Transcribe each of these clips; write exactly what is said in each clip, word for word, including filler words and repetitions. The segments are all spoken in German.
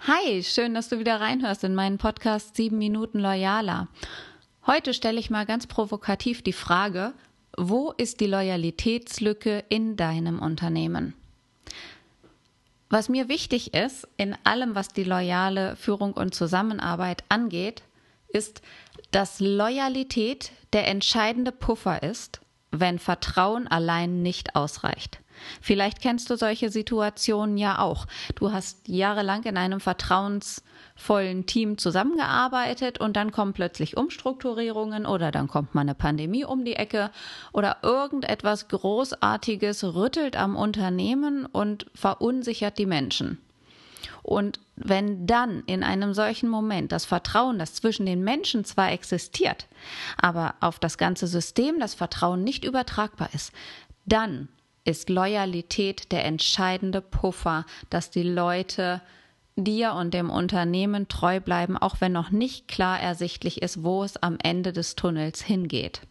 Hi, schön, dass du wieder reinhörst in meinen Podcast sieben Minuten Loyaler. Heute stelle ich mal ganz provokativ die Frage, wo ist die Loyalitätslücke in deinem Unternehmen? Was mir wichtig ist, in allem, was die loyale Führung und Zusammenarbeit angeht, ist, dass Loyalität der entscheidende Puffer ist, wenn Vertrauen allein nicht ausreicht. Vielleicht kennst du solche Situationen ja auch. Du hast jahrelang in einem vertrauensvollen Team zusammengearbeitet und dann kommen plötzlich Umstrukturierungen oder dann kommt mal eine Pandemie um die Ecke oder irgendetwas Großartiges rüttelt am Unternehmen und verunsichert die Menschen. Und wenn dann in einem solchen Moment das Vertrauen, das zwischen den Menschen zwar existiert, aber auf das ganze System das Vertrauen nicht übertragbar ist, dann ist Loyalität der entscheidende Puffer, dass die Leute dir und dem Unternehmen treu bleiben, auch wenn noch nicht klar ersichtlich ist, wo es am Ende des Tunnels hingeht.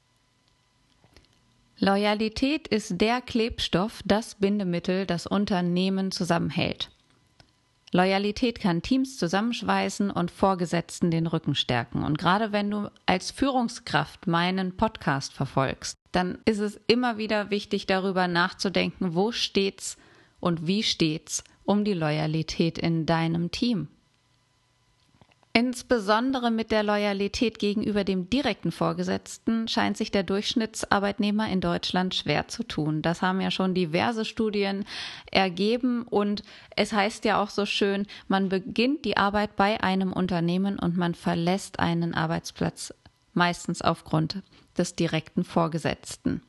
Loyalität ist der Klebstoff, das Bindemittel, das Unternehmen zusammenhält. Loyalität kann Teams zusammenschweißen und Vorgesetzten den Rücken stärken. Und gerade wenn du als Führungskraft meinen Podcast verfolgst, dann ist es immer wieder wichtig, darüber nachzudenken, wo steht's und wie steht's um die Loyalität in deinem Team. Insbesondere mit der Loyalität gegenüber dem direkten Vorgesetzten scheint sich der Durchschnittsarbeitnehmer in Deutschland schwer zu tun. Das haben ja schon diverse Studien ergeben und es heißt ja auch so schön, man beginnt die Arbeit bei einem Unternehmen und man verlässt einen Arbeitsplatz meistens aufgrund des direkten Vorgesetzten.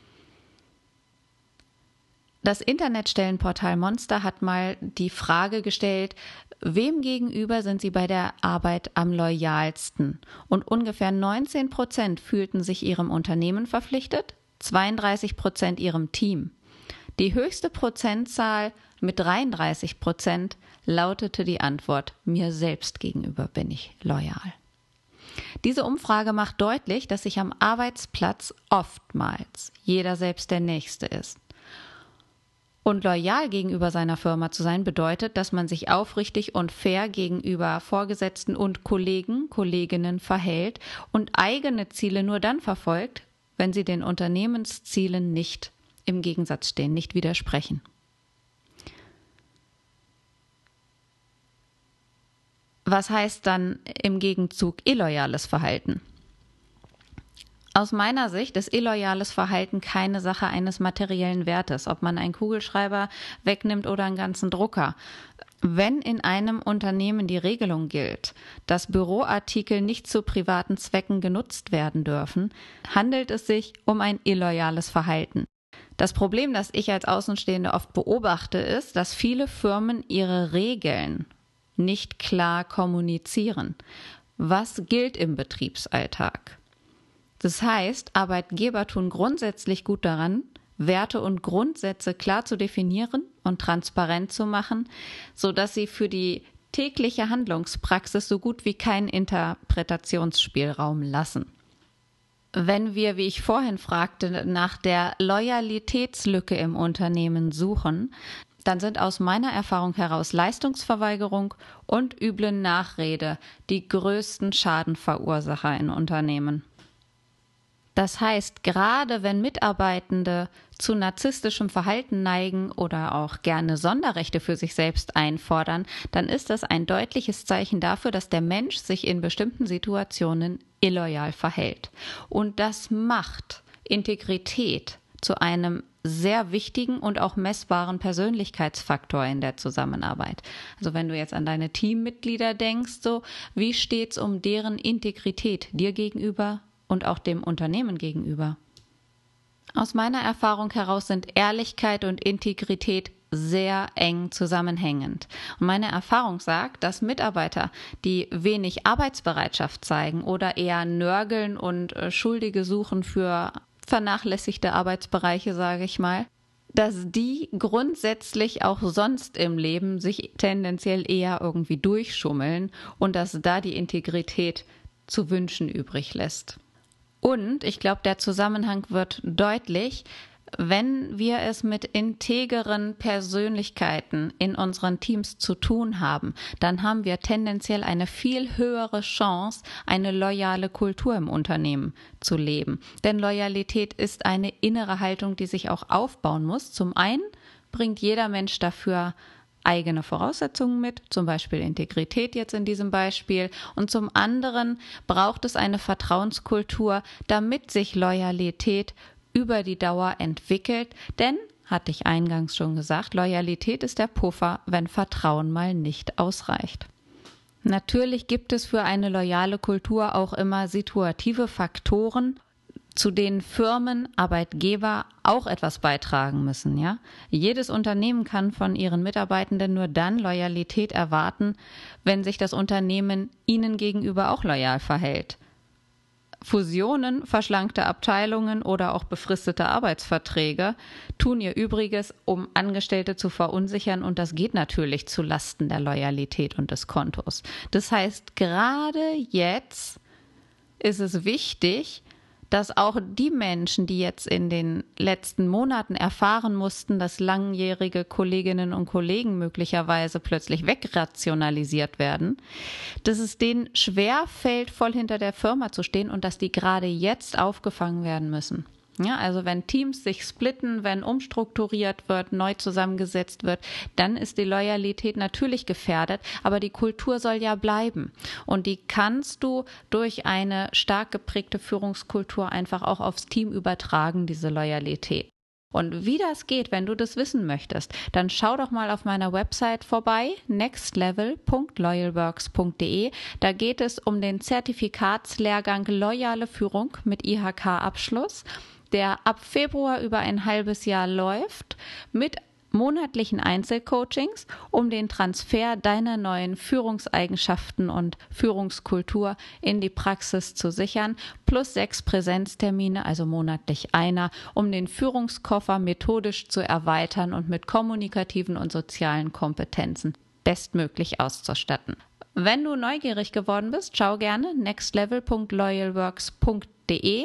Das Internetstellenportal Monster hat mal die Frage gestellt, wem gegenüber sind Sie bei der Arbeit am loyalsten? Und ungefähr neunzehn Prozent fühlten sich ihrem Unternehmen verpflichtet, zweiunddreißig Prozent ihrem Team. Die höchste Prozentzahl mit dreiunddreißig Prozent lautete die Antwort, mir selbst gegenüber bin ich loyal. Diese Umfrage macht deutlich, dass sich am Arbeitsplatz oftmals jeder selbst der Nächste ist. Und loyal gegenüber seiner Firma zu sein, bedeutet, dass man sich aufrichtig und fair gegenüber Vorgesetzten und Kollegen, Kolleginnen verhält und eigene Ziele nur dann verfolgt, wenn sie den Unternehmenszielen nicht im Gegensatz stehen, nicht widersprechen. Was heißt dann im Gegenzug illoyales Verhalten? Aus meiner Sicht ist illoyales Verhalten keine Sache eines materiellen Wertes, ob man einen Kugelschreiber wegnimmt oder einen ganzen Drucker. Wenn in einem Unternehmen die Regelung gilt, dass Büroartikel nicht zu privaten Zwecken genutzt werden dürfen, handelt es sich um ein illoyales Verhalten. Das Problem, das ich als Außenstehende oft beobachte, ist, dass viele Firmen ihre Regeln nicht klar kommunizieren. Was gilt im Betriebsalltag? Das heißt, Arbeitgeber tun grundsätzlich gut daran, Werte und Grundsätze klar zu definieren und transparent zu machen, sodass sie für die tägliche Handlungspraxis so gut wie keinen Interpretationsspielraum lassen. Wenn wir, wie ich vorhin fragte, nach der Loyalitätslücke im Unternehmen suchen, dann sind aus meiner Erfahrung heraus Leistungsverweigerung und üble Nachrede die größten Schadenverursacher in Unternehmen. Das heißt, gerade wenn Mitarbeitende zu narzisstischem Verhalten neigen oder auch gerne Sonderrechte für sich selbst einfordern, dann ist das ein deutliches Zeichen dafür, dass der Mensch sich in bestimmten Situationen illoyal verhält. Und das macht Integrität zu einem sehr wichtigen und auch messbaren Persönlichkeitsfaktor in der Zusammenarbeit. Also wenn du jetzt an deine Teammitglieder denkst, so wie steht's um deren Integrität dir gegenüber und auch dem Unternehmen gegenüber? Aus meiner Erfahrung heraus sind Ehrlichkeit und Integrität sehr eng zusammenhängend. Und meine Erfahrung sagt, dass Mitarbeiter, die wenig Arbeitsbereitschaft zeigen oder eher nörgeln und äh, Schuldige suchen für vernachlässigte Arbeitsbereiche, sage ich mal, dass die grundsätzlich auch sonst im Leben sich tendenziell eher irgendwie durchschummeln und dass da die Integrität zu wünschen übrig lässt. Und ich glaube, der Zusammenhang wird deutlich, Wenn wir es mit integeren Persönlichkeiten in unseren Teams zu tun haben, dann haben wir tendenziell eine viel höhere Chance, eine loyale Kultur im Unternehmen zu leben. Denn Loyalität ist eine innere Haltung, die sich auch aufbauen muss. Zum einen bringt jeder Mensch dafür eigene Voraussetzungen mit, zum Beispiel Integrität jetzt in diesem Beispiel. Und zum anderen braucht es eine Vertrauenskultur, damit sich Loyalität über die Dauer entwickelt, denn, hatte ich eingangs schon gesagt, Loyalität ist der Puffer, wenn Vertrauen mal nicht ausreicht. Natürlich gibt es für eine loyale Kultur auch immer situative Faktoren, zu denen Firmen, Arbeitgeber auch etwas beitragen müssen, ja? Jedes Unternehmen kann von ihren Mitarbeitenden nur dann Loyalität erwarten, wenn sich das Unternehmen ihnen gegenüber auch loyal verhält. Fusionen, verschlankte Abteilungen oder auch befristete Arbeitsverträge tun ihr Übriges, um Angestellte zu verunsichern, und das geht natürlich zu Lasten der Loyalität und des Kontos. Das heißt, gerade jetzt ist es wichtig, dass auch die Menschen, die jetzt in den letzten Monaten erfahren mussten, dass langjährige Kolleginnen und Kollegen möglicherweise plötzlich wegrationalisiert werden, dass es denen schwerfällt, voll hinter der Firma zu stehen und dass die gerade jetzt aufgefangen werden müssen. Ja, also wenn Teams sich splitten, wenn umstrukturiert wird, neu zusammengesetzt wird, dann ist die Loyalität natürlich gefährdet, aber die Kultur soll ja bleiben. Und die kannst du durch eine stark geprägte Führungskultur einfach auch aufs Team übertragen, diese Loyalität. Und wie das geht, wenn du das wissen möchtest, dann schau doch mal auf meiner Website vorbei, nextlevel punkt loyalworks punkt de. Da geht es um den Zertifikatslehrgang Loyale Führung mit I H K-Abschluss, der ab Februar über ein halbes Jahr läuft, mit monatlichen Einzelcoachings, um den Transfer deiner neuen Führungseigenschaften und Führungskultur in die Praxis zu sichern, plus sechs Präsenztermine, also monatlich einer, um den Führungskoffer methodisch zu erweitern und mit kommunikativen und sozialen Kompetenzen bestmöglich auszustatten. Wenn du neugierig geworden bist, schau gerne nextlevel punkt loyalworks punkt de.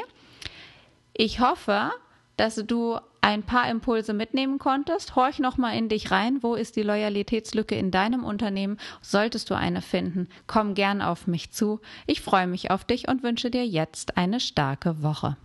Ich hoffe, dass du ein paar Impulse mitnehmen konntest. Horch nochmal in dich rein. Wo ist die Loyalitätslücke in deinem Unternehmen? Solltest du eine finden, komm gern auf mich zu. Ich freue mich auf dich und wünsche dir jetzt eine starke Woche.